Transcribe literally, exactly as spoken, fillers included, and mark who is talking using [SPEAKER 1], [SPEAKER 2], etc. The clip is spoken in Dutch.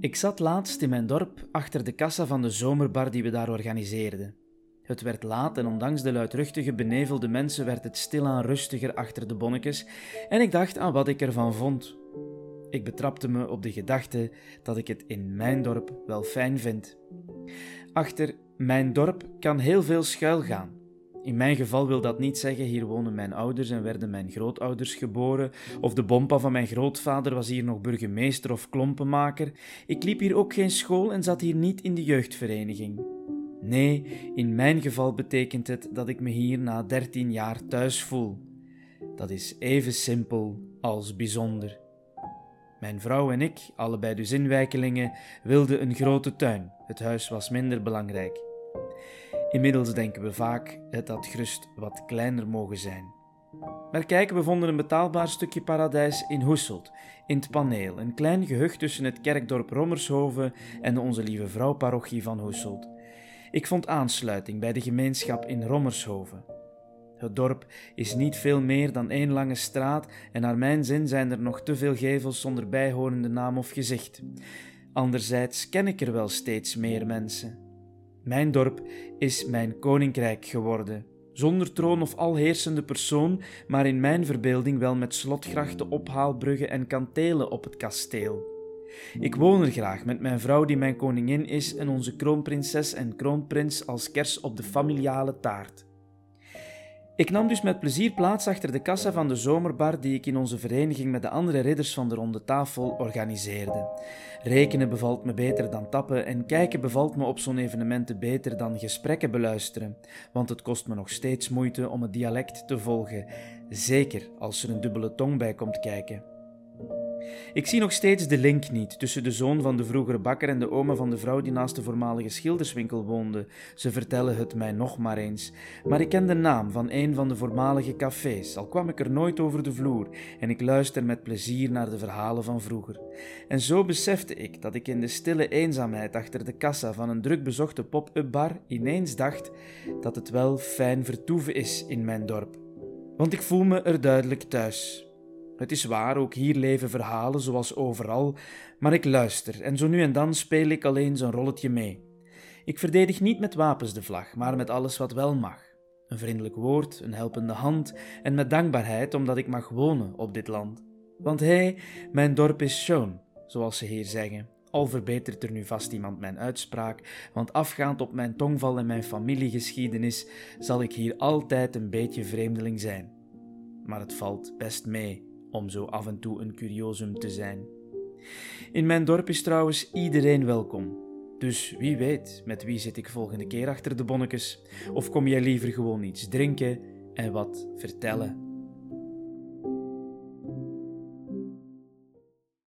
[SPEAKER 1] Ik zat laatst in mijn dorp achter de kassa van de zomerbar die we daar organiseerden. Het werd laat en ondanks de luidruchtige, benevelde mensen werd het stilaan rustiger achter de bonnetjes en ik dacht aan wat ik ervan vond. Ik betrapte me op de gedachte dat ik het in mijn dorp wel fijn vind. Achter mijn dorp kan heel veel schuil gaan. In mijn geval wil dat niet zeggen, hier wonen mijn ouders en werden mijn grootouders geboren, of de bompa van mijn grootvader was hier nog burgemeester of klompenmaker. Ik liep hier ook geen school en zat hier niet in de jeugdvereniging. Nee, in mijn geval betekent het dat ik me hier na dertien jaar thuis voel. Dat is even simpel als bijzonder. Mijn vrouw en ik, allebei dus inwijkelingen, wilden een grote tuin. Het huis was minder belangrijk. Inmiddels denken we vaak, het had gerust wat kleiner mogen zijn. Maar kijk, we vonden een betaalbaar stukje paradijs in Hoesselt, in het Paneel, een klein gehucht tussen het kerkdorp Rommershoven en de Onze Lieve Vrouw-parochie van Hoesselt. Ik vond aansluiting bij de gemeenschap in Rommershoven. Het dorp is niet veel meer dan één lange straat en naar mijn zin zijn er nog te veel gevels zonder bijhorende naam of gezicht. Anderzijds ken ik er wel steeds meer mensen. Mijn dorp is mijn koninkrijk geworden, zonder troon of alheersende persoon, maar in mijn verbeelding wel met slotgrachten, ophaalbruggen en kantelen op het kasteel. Ik woon er graag met mijn vrouw die mijn koningin is en onze kroonprinses en kroonprins als kers op de familiale taart. Ik nam dus met plezier plaats achter de kassa van de zomerbar die ik in onze vereniging met de andere ridders van de ronde tafel organiseerde. Rekenen bevalt me beter dan tappen en kijken bevalt me op zo'n evenementen beter dan gesprekken beluisteren, want het kost me nog steeds moeite om het dialect te volgen, zeker als er een dubbele tong bij komt kijken. Ik zie nog steeds de link niet tussen de zoon van de vroegere bakker en de oma van de vrouw die naast de voormalige schilderswinkel woonde. Ze vertellen het mij nog maar eens. Maar ik ken de naam van een van de voormalige cafés, al kwam ik er nooit over de vloer, en ik luister met plezier naar de verhalen van vroeger. En zo besefte ik dat ik in de stille eenzaamheid achter de kassa van een druk bezochte pop-up bar ineens dacht dat het wel fijn vertoeven is in mijn dorp. Want ik voel me er duidelijk thuis. Het is waar, ook hier leven verhalen zoals overal, maar ik luister en zo nu en dan speel ik alleen zo'n rolletje mee. Ik verdedig niet met wapens de vlag, maar met alles wat wel mag. Een vriendelijk woord, een helpende hand en met dankbaarheid omdat ik mag wonen op dit land. Want hé, hey, mijn dorp is schoon, zoals ze hier zeggen. Al verbetert er nu vast iemand mijn uitspraak, want afgaand op mijn tongval en mijn familiegeschiedenis zal ik hier altijd een beetje vreemdeling zijn. Maar het valt best mee om zo af en toe een curiosum te zijn. In mijn dorp is trouwens iedereen welkom. Dus wie weet, met wie zit ik volgende keer achter de bonnetjes? Of kom jij liever gewoon iets drinken en wat vertellen?